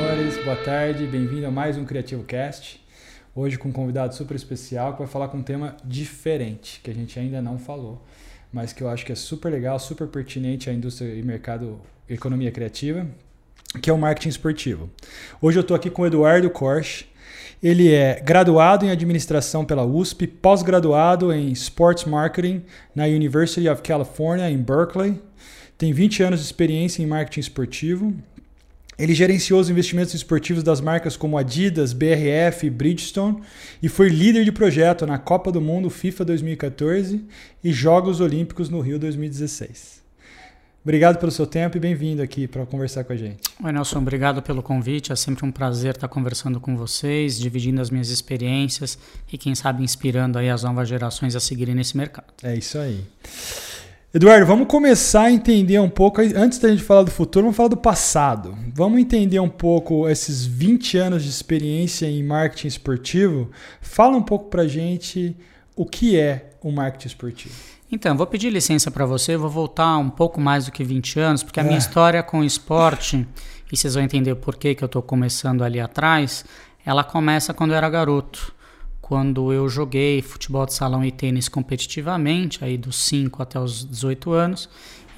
senhores, boa tarde, bem-vindo a mais um Criativo Cast. Hoje com um convidado super especial que vai falar com um tema diferente, que a gente ainda não falou, mas que eu acho que é super legal, super pertinente à indústria e mercado, economia criativa, que é o marketing esportivo. Hoje eu estou aqui com o Eduardo Korsch. Ele é graduado em administração pela USP, pós-graduado em Sports Marketing na University of California, em Berkeley. Tem 20 anos de experiência em marketing esportivo. Ele gerenciou os investimentos esportivos das marcas como Adidas, BRF e Bridgestone e foi líder de projeto na Copa do Mundo FIFA 2014 e Jogos Olímpicos no Rio 2016. Obrigado pelo seu tempo e bem-vindo aqui para conversar com a gente. Oi, Nelson, obrigado pelo convite. É sempre um prazer estar conversando com vocês, dividindo as minhas experiências e, quem sabe, inspirando aí as novas gerações a seguirem nesse mercado. É isso aí. Eduardo, vamos começar a entender um pouco, antes da gente falar do futuro, vamos falar do passado. Vamos entender um pouco esses 20 anos de experiência em marketing esportivo. Fala um pouco para a gente o que é o marketing esportivo. Então, vou pedir licença para você, vou voltar um pouco mais do que 20 anos, porque a minha história com o esporte, e vocês vão entender o porquê que eu estou começando ali atrás, ela começa quando eu era garoto. Quando eu joguei futebol de salão e tênis competitivamente, aí dos 5 até os 18 anos,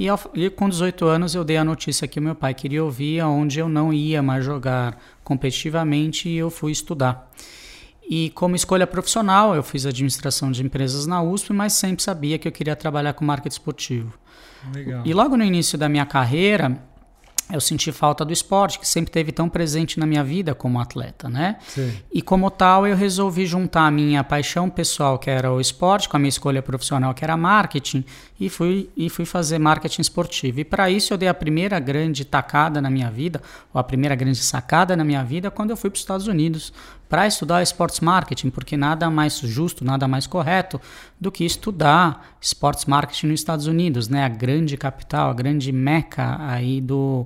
e com 18 anos eu dei a notícia que o meu pai queria ouvir, onde eu não ia mais jogar competitivamente e eu fui estudar. E como escolha profissional, eu fiz administração de empresas na USP, mas sempre sabia que eu queria trabalhar com marketing esportivo. Legal. E logo no início da minha carreira, eu senti falta do esporte, que sempre esteve tão presente na minha vida como atleta, né? Sim. E como tal, eu resolvi juntar a minha paixão pessoal, que era o esporte, com a minha escolha profissional, que era marketing, e fui fazer marketing esportivo. E para isso eu dei a primeira grande tacada na minha vida, ou a primeira grande sacada na minha vida, quando eu fui para os Estados Unidos para estudar Sports Marketing, porque nada mais justo, nada mais correto do que estudar Sports Marketing nos Estados Unidos, né? A grande capital, a grande meca aí do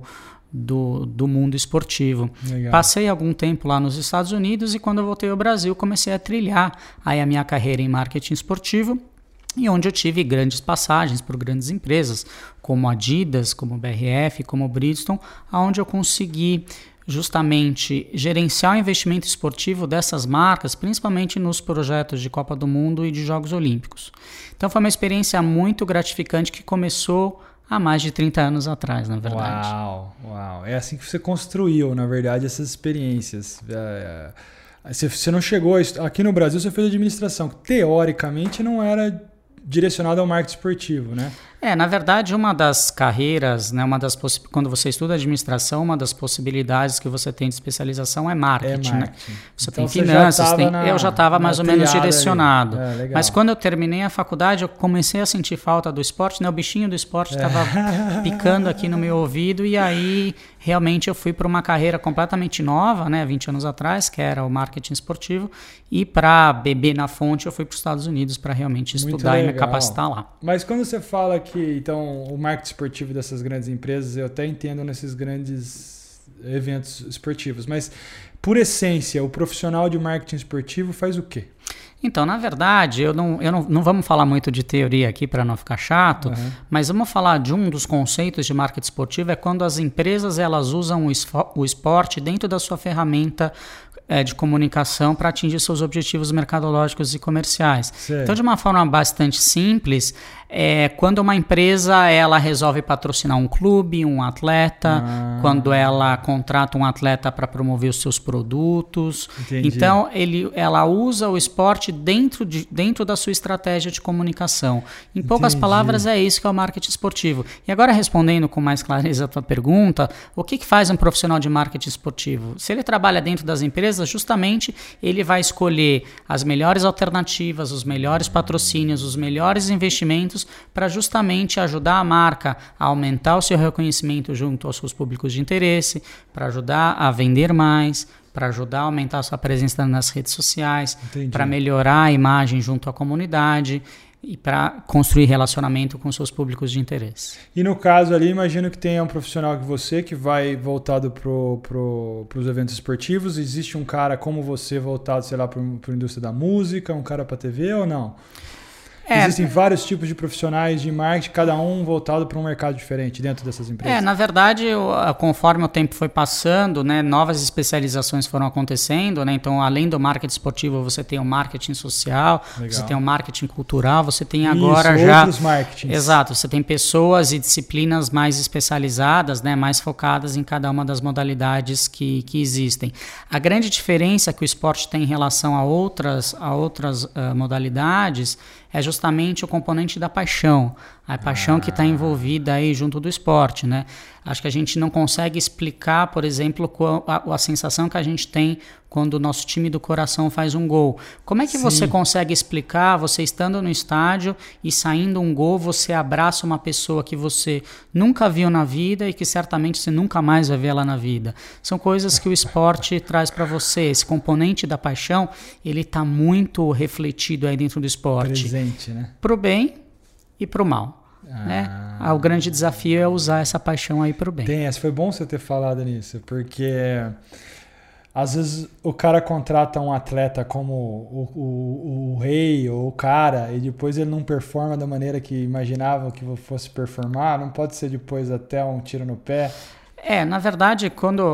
mundo esportivo. Legal. Passei algum tempo lá nos Estados Unidos e quando eu voltei ao Brasil comecei a trilhar aí a minha carreira em marketing esportivo, e onde eu tive grandes passagens por grandes empresas, como Adidas, como BRF, como Bridgestone, onde eu consegui justamente gerenciar o investimento esportivo dessas marcas, principalmente nos projetos de Copa do Mundo e de Jogos Olímpicos. Então foi uma experiência muito gratificante que começou há mais de 30 anos atrás, na verdade. Uau. É assim que você construiu, na verdade, essas experiências. Você não chegou... Aqui no Brasil você fez administração, que teoricamente não era direcionado ao marketing esportivo, né? Na verdade, uma das carreiras, né, quando você estuda administração, uma das possibilidades que você tem de especialização é marketing. Né? Você então, tem finanças, eu já estava mais ou menos direcionado. Mas quando eu terminei a faculdade, eu comecei a sentir falta do esporte, né? O bichinho do esporte estava picando aqui no meu ouvido, e aí realmente eu fui para uma carreira completamente nova, né, 20 anos atrás, que era o marketing esportivo, e para beber na fonte eu fui para os Estados Unidos para realmente estudar e me capacitar lá. Mas quando você fala que então o marketing esportivo dessas grandes empresas, eu até entendo nesses grandes eventos esportivos, mas por essência, o profissional de marketing esportivo faz o quê? Então, na verdade, não vamos falar muito de teoria aqui para não ficar chato, mas vamos falar de um dos conceitos de marketing esportivo, é quando as empresas elas usam o esporte dentro da sua ferramenta de comunicação para atingir seus objetivos mercadológicos e comerciais. Sei. Então, de uma forma bastante simples, quando uma empresa ela resolve patrocinar um clube, um atleta, quando ela contrata um atleta para promover os seus produtos. Entendi. Então, ela usa o esporte dentro da sua estratégia de comunicação. Em poucas palavras, é isso que é o marketing esportivo. E agora, respondendo com mais clareza a tua pergunta, o que faz um profissional de marketing esportivo? Se ele trabalha dentro das empresas, justamente ele vai escolher as melhores alternativas, os melhores patrocínios, os melhores investimentos para justamente ajudar a marca a aumentar o seu reconhecimento junto aos seus públicos de interesse, para ajudar a vender mais, para ajudar a aumentar a sua presença nas redes sociais, para melhorar a imagem junto à comunidade e para construir relacionamento com seus públicos de interesse. E no caso ali, imagino que tenha um profissional que você que vai voltado para os eventos esportivos. Existe um cara como você voltado, sei lá, para a indústria da música, um cara para TV ou não? Existem vários tipos de profissionais de marketing, cada um voltado para um mercado diferente dentro dessas empresas. Na verdade, conforme o tempo foi passando, né, novas especializações foram acontecendo, né? Então, além do marketing esportivo, você tem o marketing social, você tem o marketing cultural, você tem agora outros marketings. Exato, você tem pessoas e disciplinas mais especializadas, né, mais focadas em cada uma das modalidades que existem. A grande diferença que o esporte tem em relação a outras modalidades é justamente o componente da paixão, a paixão que está envolvida aí junto do esporte, né? Acho que a gente não consegue explicar, por exemplo, a sensação que a gente tem quando o nosso time do coração faz um gol. Como é que você consegue explicar, você estando no estádio e saindo um gol, você abraça uma pessoa que você nunca viu na vida e que certamente você nunca mais vai ver ela na vida? São coisas que o esporte traz para você. Esse componente da paixão, ele está muito refletido aí dentro do esporte. Presente, né? Pro bem e pro mal. Né? O grande desafio é usar essa paixão aí pro bem. Foi bom você ter falado nisso, porque às vezes o cara contrata um atleta como o rei ou o cara e depois ele não performa da maneira que imaginava que fosse performar. Não pode ser depois até um tiro no pé. Na verdade,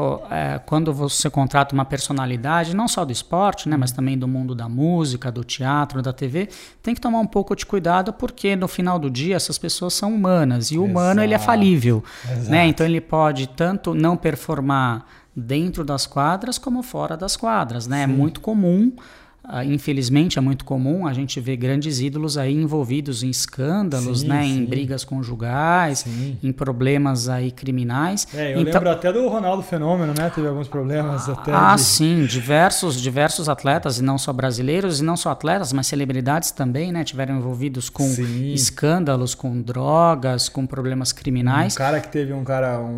quando você contrata uma personalidade, não só do esporte, né, mas também do mundo da música, do teatro, da TV, tem que tomar um pouco de cuidado porque no final do dia essas pessoas são humanas e o humano ele é falível. Né? Então ele pode tanto não performar dentro das quadras como fora das quadras. Né? É muito comum. Infelizmente é muito comum a gente ver grandes ídolos aí envolvidos em escândalos, né, em brigas conjugais, em problemas aí criminais. Eu lembro até do Ronaldo Fenômeno, né? Teve alguns problemas até. Sim, diversos atletas, e não só brasileiros, e não só atletas, mas celebridades também, né? Tiveram envolvidos com escândalos, com drogas, com problemas criminais. Um cara que teve um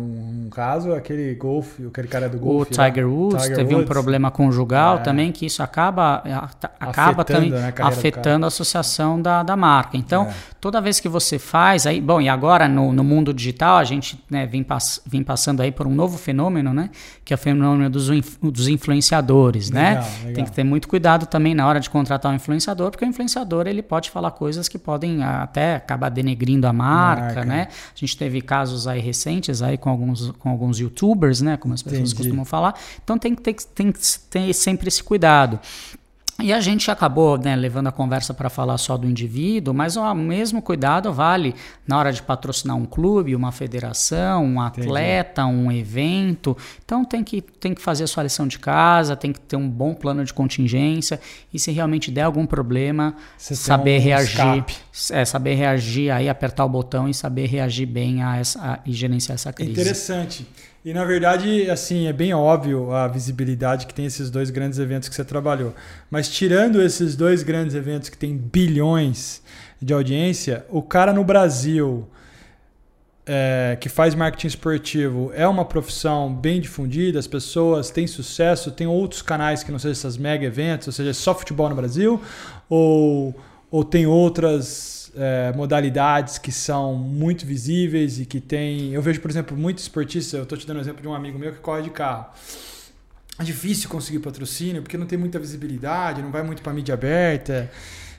caso, aquele cara do golfe. O Tiger Woods teve um problema conjugal também, que isso acaba também afetando a associação da marca. Então, toda vez que você faz, aí, bom, e agora no mundo digital, a gente, né, vem passando aí por um novo fenômeno, né, que é o fenômeno dos influenciadores, legal. Tem que ter muito cuidado também na hora de contratar um influenciador, porque o influenciador ele pode falar coisas que podem até acabar denegrindo a marca, né? A gente teve casos aí recentes aí com alguns youtubers, né, como as pessoas costumam falar. Então tem que ter sempre esse cuidado. E a gente acabou, né, levando a conversa para falar só do indivíduo, mas o mesmo cuidado vale na hora de patrocinar um clube, uma federação, um atleta, um evento. Então tem que fazer a sua lição de casa, tem que ter um bom plano de contingência e se realmente der algum problema, saber reagir. Saber reagir, aí apertar o botão e saber reagir bem e gerenciar essa crise. Interessante. E, na verdade, assim, é bem óbvio a visibilidade que tem esses dois grandes eventos que você trabalhou. Mas tirando esses dois grandes eventos que tem bilhões de audiência, o cara no Brasil que faz marketing esportivo é uma profissão bem difundida, as pessoas têm sucesso, tem outros canais que não sejam esses mega eventos, ou seja, só futebol no Brasil, ou tem outras modalidades que são muito visíveis e que tem... Eu vejo, por exemplo, muitos esportistas, eu estou te dando um exemplo de um amigo meu que corre de carro. É difícil conseguir patrocínio porque não tem muita visibilidade, não vai muito para mídia aberta.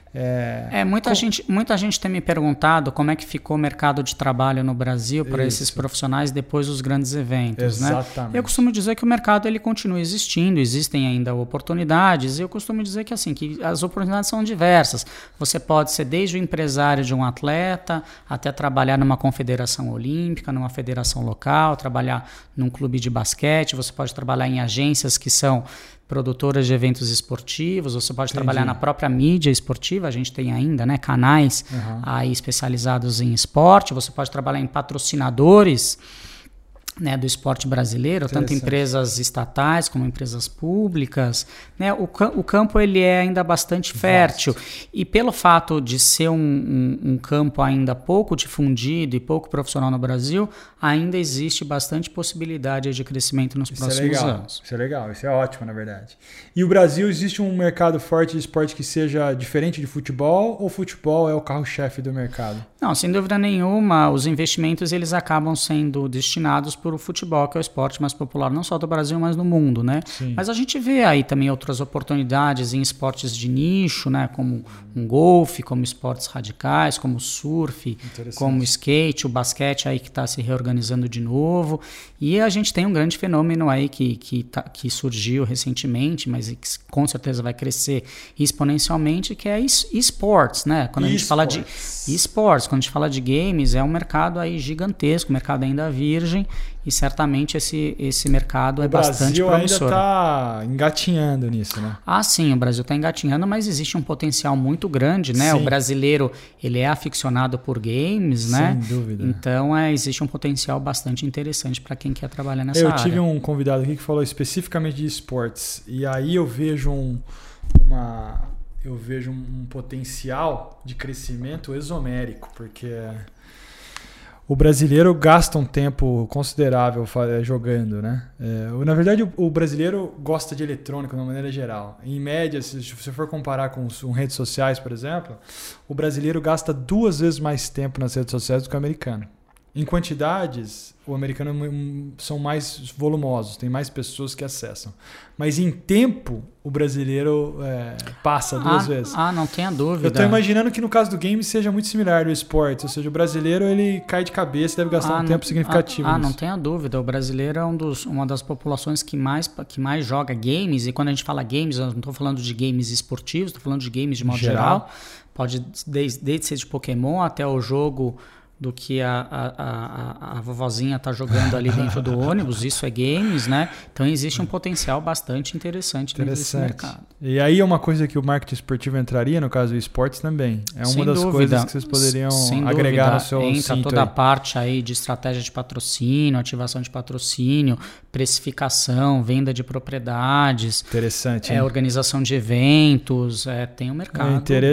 Muita gente tem me perguntado como é que ficou o mercado de trabalho no Brasil para esses profissionais depois dos grandes eventos. Exatamente. Né? Eu costumo dizer que o mercado ele continua existindo, existem ainda oportunidades, e eu costumo dizer que, assim, que as oportunidades são diversas. Você pode ser desde o empresário de um atleta até trabalhar numa confederação olímpica, numa federação local, trabalhar num clube de basquete, você pode trabalhar em agências que são produtoras de eventos esportivos, você pode trabalhar na própria mídia esportiva, a gente tem ainda, né, canais aí especializados em esporte, você pode trabalhar em patrocinadores, né, do esporte brasileiro, tanto empresas estatais como empresas públicas, né? O campo ele é ainda bastante fértil e pelo fato de ser um campo ainda pouco difundido e pouco profissional no Brasil, ainda existe bastante possibilidade de crescimento nos próximos anos. Isso é legal, isso é ótimo, na verdade. E o Brasil, existe um mercado forte de esporte que seja diferente de futebol, ou futebol é o carro-chefe do mercado? Não, sem dúvida nenhuma, os investimentos eles acabam sendo destinados para por o futebol, que é o esporte mais popular, não só do Brasil, mas no mundo, né? Sim. Mas a gente vê aí também outras oportunidades em esportes de nicho, né? Como um golfe, como esportes radicais, como surf, como skate, o basquete aí que está se reorganizando de novo. E a gente tem um grande fenômeno aí que surgiu recentemente, mas que com certeza vai crescer exponencialmente, que é esportes, né? Quando a gente fala de esportes, quando a gente fala de games, é um mercado aí gigantesco, mercado ainda virgem, e certamente esse mercado é bastante promissor. O Brasil ainda está engatinhando nisso, né? Ah, sim, o Brasil está engatinhando, mas existe um potencial muito grande, né? Sim. O brasileiro, ele é aficionado por games, né? Sem dúvida. Então, existe um potencial bastante interessante para quem quer trabalhar nessa área. Eu tive um convidado aqui que falou especificamente de esportes, e aí eu vejo um potencial de crescimento exomérico, porque o brasileiro gasta um tempo considerável jogando, né? Na verdade, o brasileiro gosta de eletrônico de uma maneira geral. Em média, se você for comparar com redes sociais, por exemplo, o brasileiro gasta 2 vezes mais tempo nas redes sociais do que o americano. Em quantidades, o americano são mais volumosos, tem mais pessoas que acessam. Mas em tempo, o brasileiro passa 2 vezes. Não tenha dúvida. Eu estou imaginando que no caso do game seja muito similar do esporte. Ou seja, o brasileiro ele cai de cabeça e deve gastar um tempo significativo nisso. Não tenha dúvida. O brasileiro é uma das populações que mais joga games. E quando a gente fala games, eu não estou falando de games esportivos, estou falando de games de modo geral. Pode desde ser de Pokémon até o jogo do que a vovozinha está jogando ali dentro do ônibus, isso é games, né? Então existe um potencial bastante interessante nesse mercado. E aí é uma coisa que o marketing esportivo entraria, no caso do esportes também. É uma das coisas que vocês poderiam agregar no seu cinto. Entra toda a parte aí de estratégia de patrocínio, ativação de patrocínio, precificação, venda de propriedades. Interessante. Organização de eventos, tem um mercado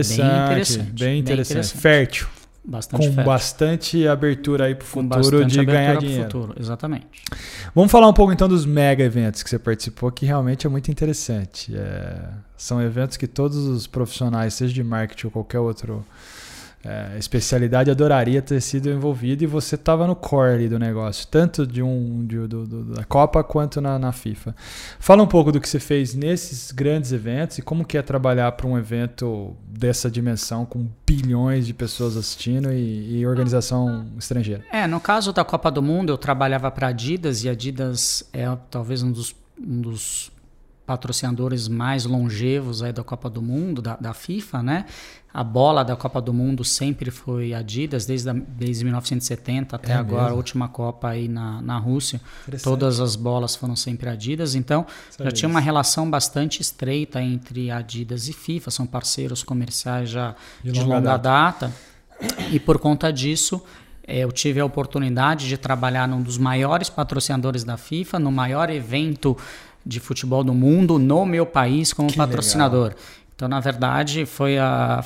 bem interessante. Fértil. Bastante abertura aí para o futuro de ganhar dinheiro. Exatamente. Vamos falar um pouco então dos mega eventos que você participou, que realmente é muito interessante. São eventos que todos os profissionais, seja de marketing ou qualquer outra especialidade, adoraria ter sido envolvido, e você estava no core ali do negócio, tanto da Copa quanto na FIFA. Fala um pouco do que você fez nesses grandes eventos e como que é trabalhar para um evento dessa dimensão, com bilhões de pessoas assistindo e organização estrangeira. No caso da Copa do Mundo, eu trabalhava para a Adidas, e a Adidas é talvez um dos patrocinadores mais longevos aí da Copa do Mundo, da FIFA, né? A bola da Copa do Mundo sempre foi Adidas, desde 1970 até agora, a última Copa aí na Rússia. Todas as bolas foram sempre Adidas, então já tinha uma relação bastante estreita entre Adidas e FIFA, são parceiros comerciais já de longa data. E por conta disso, eu tive a oportunidade de trabalhar num dos maiores patrocinadores da FIFA, no maior evento de futebol do mundo, no meu país, como patrocinador. Legal. Então, na verdade, foi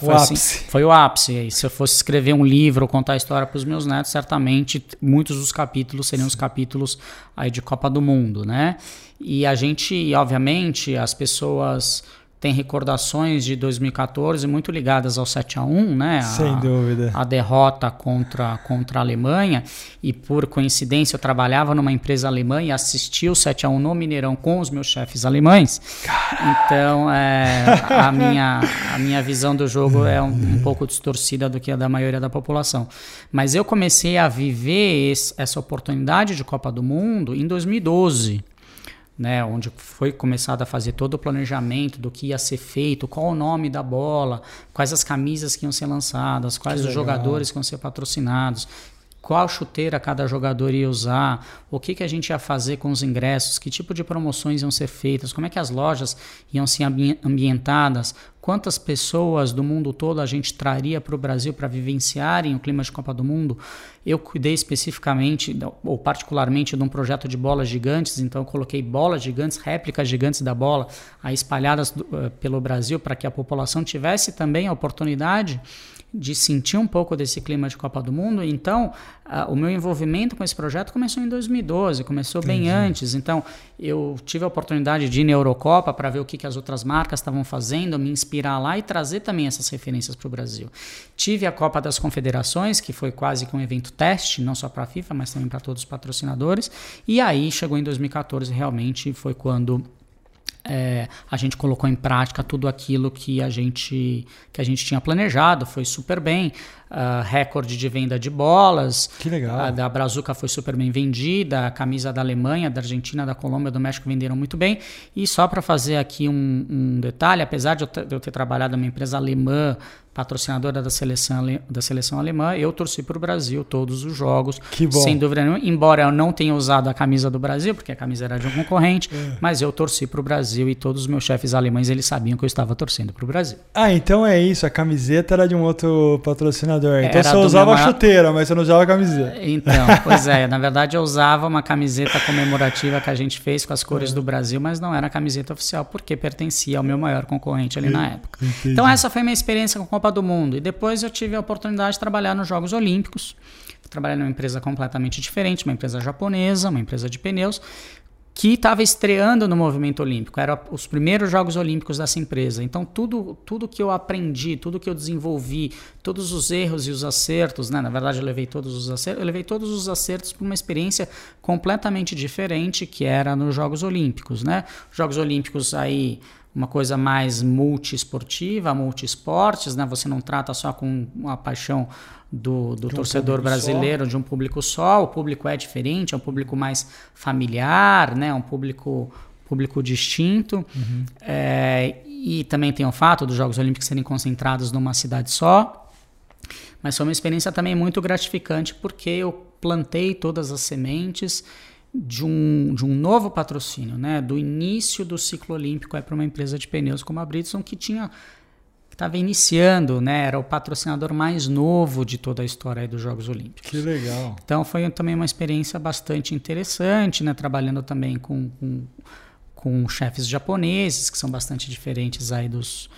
o ápice. E se eu fosse escrever um livro ou contar a história para os meus netos, certamente muitos dos capítulos seriam os capítulos aí de Copa do Mundo, né? E a gente, obviamente, as pessoas têm recordações de 2014 muito ligadas ao 7-1, né? Sem dúvida. A derrota contra a Alemanha. E por coincidência eu trabalhava numa empresa alemã e assisti o 7-1 no Mineirão com os meus chefes alemães. Então a minha visão do jogo é um pouco distorcida do que a da maioria da população. Mas eu comecei a viver essa oportunidade de Copa do Mundo em 2012. Né, onde foi começado a fazer todo o planejamento do que ia ser feito, qual o nome da bola, quais as camisas que iam ser lançadas, quais os jogadores que iam ser patrocinados, qual chuteira cada jogador ia usar, o que a gente ia fazer com os ingressos, que tipo de promoções iam ser feitas, como é que as lojas iam ser ambientadas, quantas pessoas do mundo todo a gente traria para o Brasil para vivenciarem o clima de Copa do Mundo. Eu cuidei especificamente, ou particularmente, de um projeto de bolas gigantes, então eu coloquei bolas gigantes, réplicas gigantes da bola, aí espalhadas pelo Brasil, para que a população tivesse também a oportunidade de sentir um pouco desse clima de Copa do Mundo. Então, o meu envolvimento com esse projeto começou em 2012, começou bem antes. Então, eu tive a oportunidade de ir na Eurocopa para ver o que as outras marcas estavam fazendo, me inspirar lá e trazer também essas referências para o Brasil. Tive a Copa das Confederações, que foi quase que um evento teste, não só para a FIFA, mas também para todos os patrocinadores. E aí, chegou em 2014, realmente foi quando a gente colocou em prática tudo aquilo que a gente tinha planejado, foi super bem. Recorde de venda de bolas. Que legal. A da Brazuca foi super bem vendida, a camisa da Alemanha, da Argentina, da Colômbia, do México venderam muito bem. E só para fazer aqui um detalhe, apesar de eu ter trabalhado numa empresa alemã, patrocinadora da seleção alemã, eu torci para o Brasil todos os jogos, sem dúvida nenhuma, embora eu não tenha usado a camisa do Brasil, porque a camisa era de um concorrente, mas eu torci para o Brasil e todos os meus chefes alemães, eles sabiam que eu estava torcendo para o Brasil. Então é isso, a camiseta era de um outro patrocinador, então você usava a chuteira, mas você não usava a camiseta. Então, pois na verdade eu usava uma camiseta comemorativa que a gente fez com as cores do Brasil, mas não era a camiseta oficial, porque pertencia ao meu maior concorrente ali na época. Entendi. Então essa foi a minha experiência com a Copa do Mundo. E depois eu tive a oportunidade de trabalhar nos Jogos Olímpicos. Trabalhei numa empresa completamente diferente, uma empresa japonesa, uma empresa de pneus, que estava estreando no movimento olímpico. Eram os primeiros Jogos Olímpicos dessa empresa. Então, tudo que eu aprendi, tudo que eu desenvolvi, todos os erros e os acertos, né? Na verdade, eu levei todos os acertos para uma experiência completamente diferente, que era nos Jogos Olímpicos, né? Os Jogos Olímpicos aí, uma coisa mais multiesportiva, multiesportes, né? Você não trata só com a paixão do torcedor brasileiro, de um público só. O público é diferente, é um público mais familiar, né? Um público distinto. E também tem o fato dos Jogos Olímpicos serem concentrados numa cidade só. Mas foi uma experiência também muito gratificante, porque eu plantei todas as sementes de um novo patrocínio, né? Do início do ciclo olímpico para uma empresa de pneus como a Bridgestone, que estava iniciando, né? Era o patrocinador mais novo de toda a história aí dos Jogos Olímpicos. Que legal. Então foi também uma experiência bastante interessante, né? Trabalhando também com chefes japoneses, que são bastante diferentes aí dos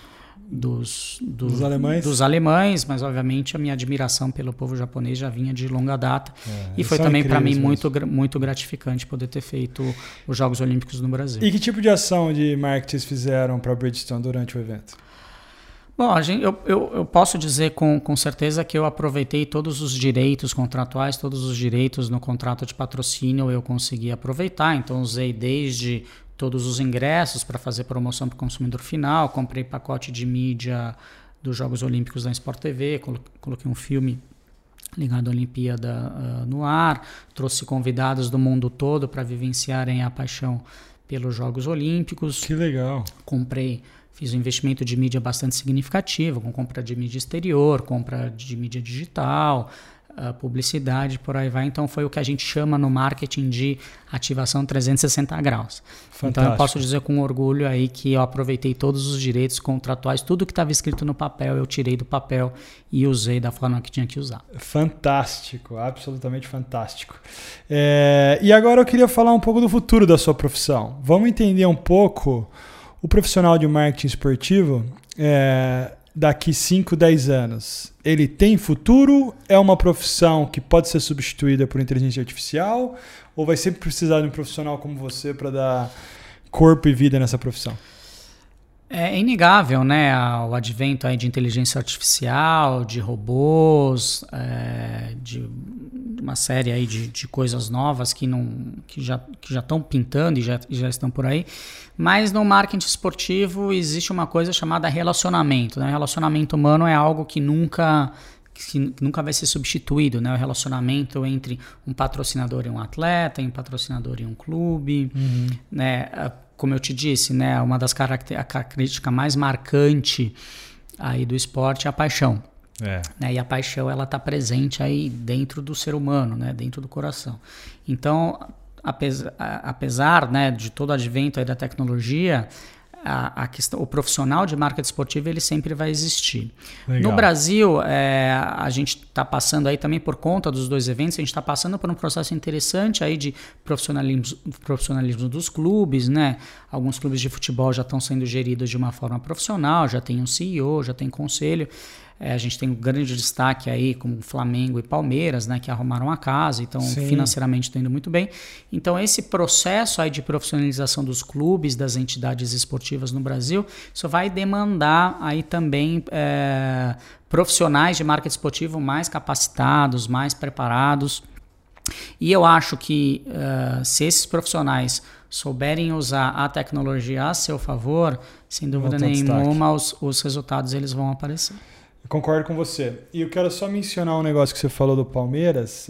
alemães, mas obviamente a minha admiração pelo povo japonês já vinha de longa data, e foi também para mim muito gratificante poder ter feito os Jogos Olímpicos no Brasil. E que tipo de ação de marketing vocês fizeram para a Bridgestone durante o evento? Bom, eu posso dizer com certeza que eu aproveitei todos os direitos contratuais, todos os direitos no contrato de patrocínio eu consegui aproveitar, então usei desde todos os ingressos para fazer promoção para o consumidor final, comprei pacote de mídia dos Jogos Olímpicos da Sport TV, coloquei um filme ligado à Olimpíada no ar, trouxe convidados do mundo todo para vivenciarem a paixão pelos Jogos Olímpicos. Que legal. Fiz um investimento de mídia bastante significativo, com compra de mídia exterior, compra de mídia digital, publicidade, por aí vai. Então foi o que a gente chama no marketing de ativação 360 graus. Fantástico. Então eu posso dizer com orgulho aí que eu aproveitei todos os direitos contratuais, tudo que estava escrito no papel eu tirei do papel e usei da forma que tinha que usar. Fantástico, absolutamente fantástico. E agora eu queria falar um pouco do futuro da sua profissão. Vamos entender um pouco o profissional de marketing esportivo daqui 5, 10 anos. Ele tem futuro? É uma profissão que pode ser substituída por inteligência artificial? Ou vai sempre precisar de um profissional como você para dar corpo e vida nessa profissão? É inegável, né, o advento aí de inteligência artificial, de robôs, de uma série aí de coisas novas que já estão pintando e já estão por aí. Mas no marketing esportivo existe uma coisa chamada relacionamento, né? O relacionamento humano é algo que nunca vai ser substituído, né? O relacionamento entre um patrocinador e um atleta, um patrocinador e um clube, né? Como eu te disse, né? Uma das características mais marcantes aí do esporte é a paixão. Né? E a paixão ela está presente aí dentro do ser humano, né? Dentro do coração. Então, apesar né, de todo o advento aí da tecnologia, a questão, o profissional de marketing esportivo ele sempre vai existir. Legal. No Brasil, a gente está passando aí também por conta dos dois eventos, a gente está passando por um processo interessante aí de profissionalismo dos clubes, né? Alguns clubes de futebol já estão sendo geridos de uma forma profissional, já tem um CEO, já tem conselho. A gente tem um grande destaque aí como Flamengo e Palmeiras, né, que arrumaram a casa, então financeiramente estão indo muito bem. Então esse processo aí de profissionalização dos clubes, das entidades esportivas no Brasil, isso vai demandar aí também profissionais de marketing esportivo mais capacitados, mais preparados. E eu acho que se esses profissionais souberem usar a tecnologia a seu favor, sem dúvida nenhuma, os resultados eles vão aparecer. Eu concordo com você. E eu quero só mencionar um negócio que você falou do Palmeiras.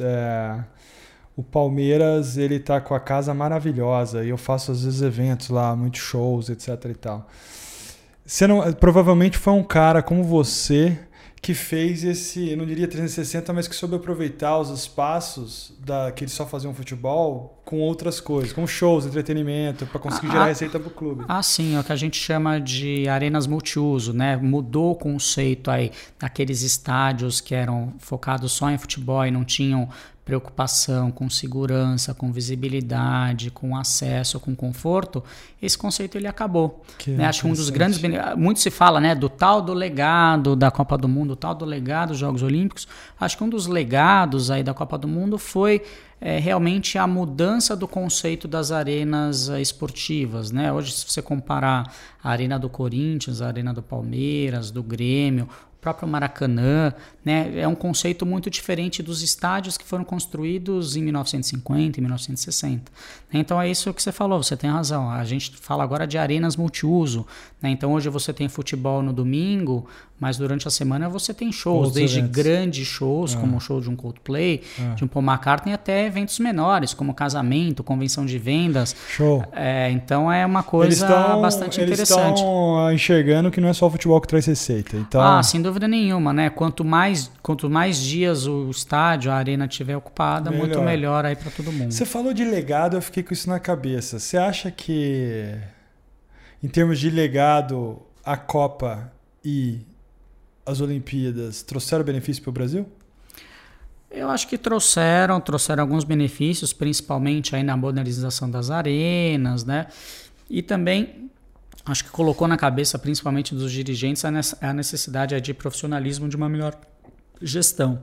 O Palmeiras, ele tá com a casa maravilhosa e eu faço às vezes eventos lá, muitos shows, etc e tal. Provavelmente foi um cara como você que fez esse, não diria 360, mas que soube aproveitar os espaços que eles só faziam futebol com outras coisas, com shows, entretenimento, para conseguir gerar receita para o clube. Sim, é o que a gente chama de arenas multiuso, né? Mudou o conceito aí daqueles estádios que eram focados só em futebol e não tinham preocupação com segurança, com visibilidade, com acesso, com conforto. Esse conceito ele acabou. Né? Acho que um dos grandes... Muito se fala, né, do tal do legado da Copa do Mundo, do tal do legado dos Jogos Olímpicos. Acho que um dos legados aí da Copa do Mundo foi realmente a mudança do conceito das arenas esportivas. Né? Hoje, se você comparar a arena do Corinthians, a arena do Palmeiras, do Grêmio, o próprio Maracanã, né, é um conceito muito diferente dos estádios que foram construídos em 1950 e 1960. Então é isso que você falou, você tem razão. A gente fala agora de arenas multiuso. Né? Então hoje você tem futebol no domingo, mas durante a semana você tem shows, desde grandes shows, como o show de um Coldplay, de um Paul McCartney, até eventos menores, como casamento, convenção de vendas. Show. Então é uma coisa bastante interessante. Eles estão enxergando que não é só o futebol que traz receita. Então... sem dúvida nenhuma, né? Quanto mais dias o estádio, a arena estiver ocupada, muito melhor aí para todo mundo. Você falou de legado, eu fiquei com isso na cabeça. Você acha que, em termos de legado, a Copa e as Olimpíadas trouxeram benefício para o Brasil? Eu acho que trouxeram alguns benefícios, principalmente aí na modernização das arenas, né? E também acho que colocou na cabeça, principalmente dos dirigentes, a necessidade de profissionalismo, de uma melhor gestão.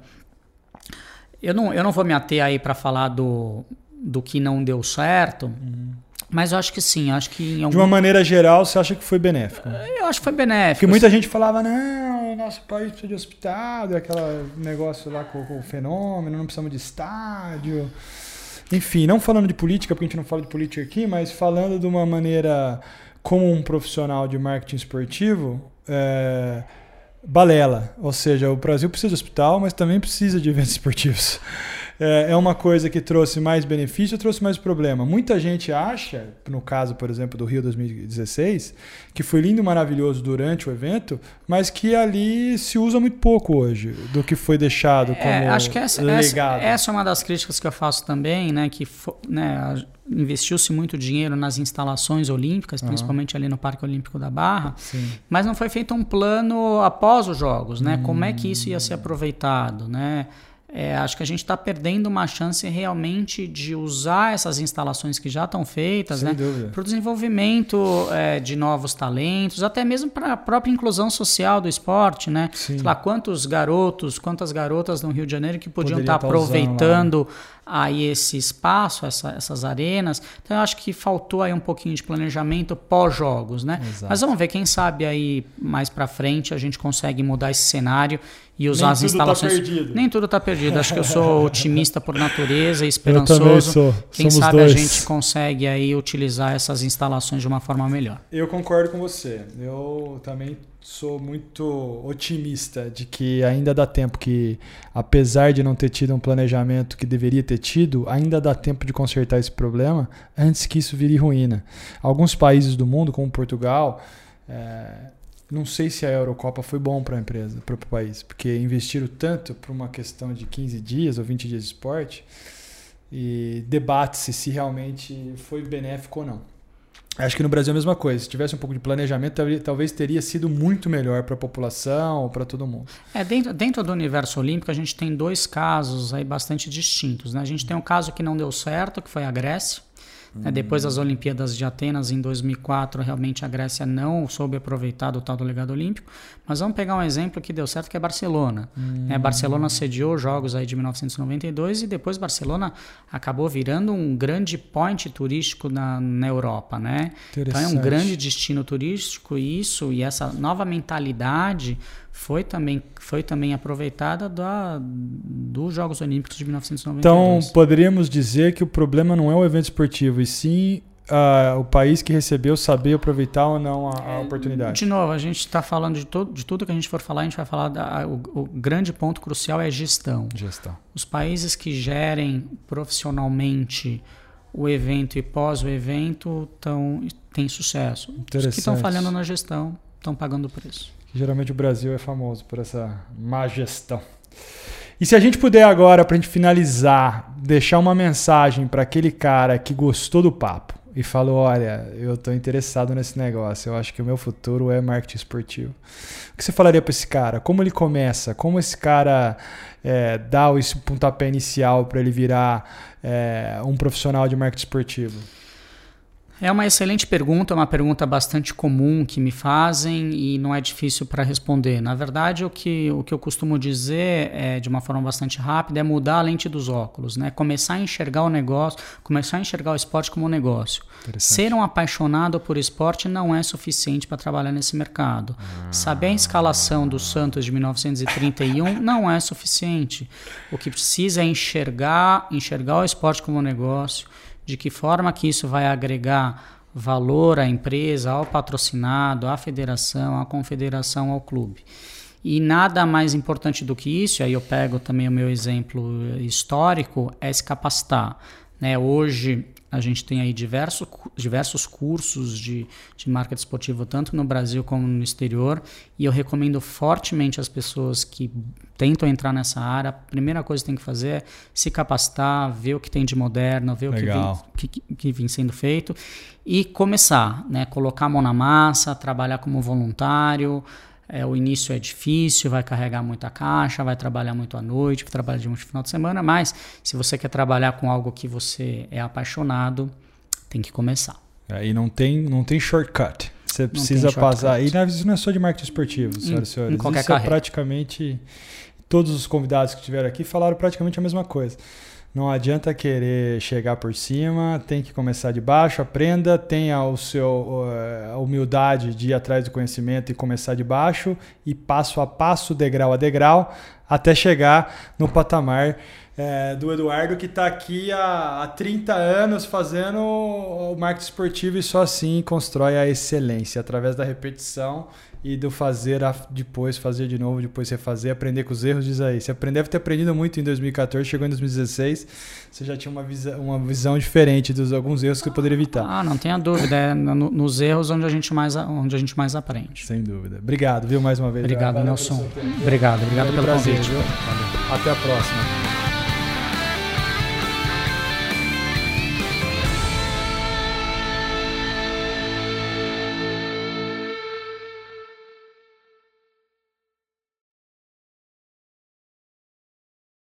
Eu não vou me ater aí para falar do que não deu certo, mas eu acho que sim. Acho que de uma maneira geral, você acha que foi benéfico? Eu acho que foi benéfico. Porque muita gente falava, não, nosso país precisa de hospital, aquele negócio lá com o fenômeno, não precisamos de estádio. Enfim, não falando de política, porque a gente não fala de política aqui, mas falando de uma maneira como um profissional de marketing esportivo, balela. Ou seja, o Brasil precisa de hospital, mas também precisa de eventos esportivos. É uma coisa que trouxe mais benefício ou trouxe mais problema? Muita gente acha, no caso, por exemplo, do Rio 2016, que foi lindo e maravilhoso durante o evento, mas que ali se usa muito pouco hoje do que foi deixado como acho que legado. Essa é uma das críticas que eu faço também, né, que investiu-se muito dinheiro nas instalações olímpicas, principalmente ali no Parque Olímpico da Barra, mas não foi feito um plano após os Jogos, né? Como é que isso ia ser aproveitado, né? Acho que a gente está perdendo uma chance realmente de usar essas instalações que já estão feitas, né, para o desenvolvimento de novos talentos, até mesmo para a própria inclusão social do esporte. Né? Sei lá, quantas garotas no Rio de Janeiro que podiam estar aproveitando aí esse espaço, essas arenas. Então eu acho que faltou aí um pouquinho de planejamento pós-jogos. Né? Mas vamos ver, quem sabe aí mais para frente a gente consegue mudar esse cenário e usar as instalações. Nem tudo está perdido. Acho que eu sou otimista por natureza e esperançoso. Eu também sou. Quem sabe dois. A gente consegue aí utilizar essas instalações de uma forma melhor. Eu concordo com você. Eu também sou muito otimista de que ainda dá tempo, que apesar de não ter tido um planejamento que deveria ter tido, ainda dá tempo de consertar esse problema antes que isso vire ruína. Alguns países do mundo, como Portugal, não sei se a Eurocopa foi bom para a empresa, para o país, porque investiram tanto por uma questão de 15 dias ou 20 dias de esporte e debate-se se realmente foi benéfico ou não. Acho que no Brasil é a mesma coisa. Se tivesse um pouco de planejamento, talvez teria sido muito melhor para a população, para todo mundo. Dentro do universo olímpico, a gente tem dois casos aí bastante distintos. Né? A gente tem um caso que não deu certo, que foi a Grécia. Depois das Olimpíadas de Atenas, em 2004, realmente a Grécia não soube aproveitar do tal do legado olímpico. Mas vamos pegar um exemplo que deu certo, que é Barcelona. Barcelona sediou os Jogos aí de 1992 e depois Barcelona acabou virando um grande point turístico na Europa, né? Então é um grande destino turístico e essa nova mentalidade foi também aproveitada dos Jogos Olímpicos de 1992. Então, poderíamos dizer que o problema não é o evento esportivo, e sim o país que recebeu saber aproveitar ou não a oportunidade. De novo, a gente está falando de tudo que a gente for falar, a gente vai falar o grande ponto crucial é gestão. Os países que gerem profissionalmente o evento e pós o evento têm sucesso. Os que estão falhando na gestão estão pagando o preço. Geralmente o Brasil é famoso por essa má gestão. E se a gente puder agora, para a gente finalizar, deixar uma mensagem para aquele cara que gostou do papo e falou, olha, eu estou interessado nesse negócio, eu acho que o meu futuro é marketing esportivo. O que você falaria para esse cara? Como ele começa? Como esse cara dá esse pontapé inicial para ele virar um profissional de marketing esportivo? É uma excelente pergunta, uma pergunta bastante comum que me fazem e não é difícil para responder. Na verdade, o que eu costumo dizer, de uma forma bastante rápida, é mudar a lente dos óculos, né? Começar a enxergar o negócio, começar a enxergar o esporte como um negócio. Ser um apaixonado por esporte não é suficiente para trabalhar nesse mercado. Saber a escalação do Santos de 1931 não é suficiente. O que precisa é enxergar o esporte como um negócio, de que forma que isso vai agregar valor à empresa, ao patrocinado, à federação, à confederação, ao clube. E nada mais importante do que isso, aí eu pego também o meu exemplo histórico, é se capacitar. Hoje a gente tem aí diversos cursos de marketing esportivo, tanto no Brasil como no exterior, e eu recomendo fortemente às pessoas que tentam entrar nessa área, a primeira coisa que tem que fazer é se capacitar, ver o que tem de moderno, ver o que vem sendo feito e começar, colocar a mão na massa, trabalhar como voluntário. O início é difícil, vai carregar muita caixa, vai trabalhar muito à noite, vai trabalhar de muito final de semana, mas se você quer trabalhar com algo que você é apaixonado, tem que começar. E não tem shortcut. Você precisa passar. E isso não é só de marketing esportivo, senhoras e senhores. Em qualquer isso carreira. Praticamente todos os convidados que estiveram aqui falaram praticamente a mesma coisa. Não adianta querer chegar por cima, tem que começar de baixo, aprenda, tenha a humildade de ir atrás do conhecimento e começar de baixo e passo a passo, degrau a degrau, até chegar no patamar do Eduardo, que está aqui há 30 anos fazendo o marketing esportivo e só assim constrói a excelência, através da repetição e do fazer de novo, depois refazer, aprender com os erros, diz aí. Você deve ter aprendido muito em 2014, chegou em 2016, você já tinha uma visão diferente dos alguns erros que você poderia evitar. Não tenha dúvida, é nos erros onde a gente mais aprende. Sem dúvida. Obrigado, viu, mais uma vez. Obrigado, Nelson. Obrigado pelo convite. Até a próxima.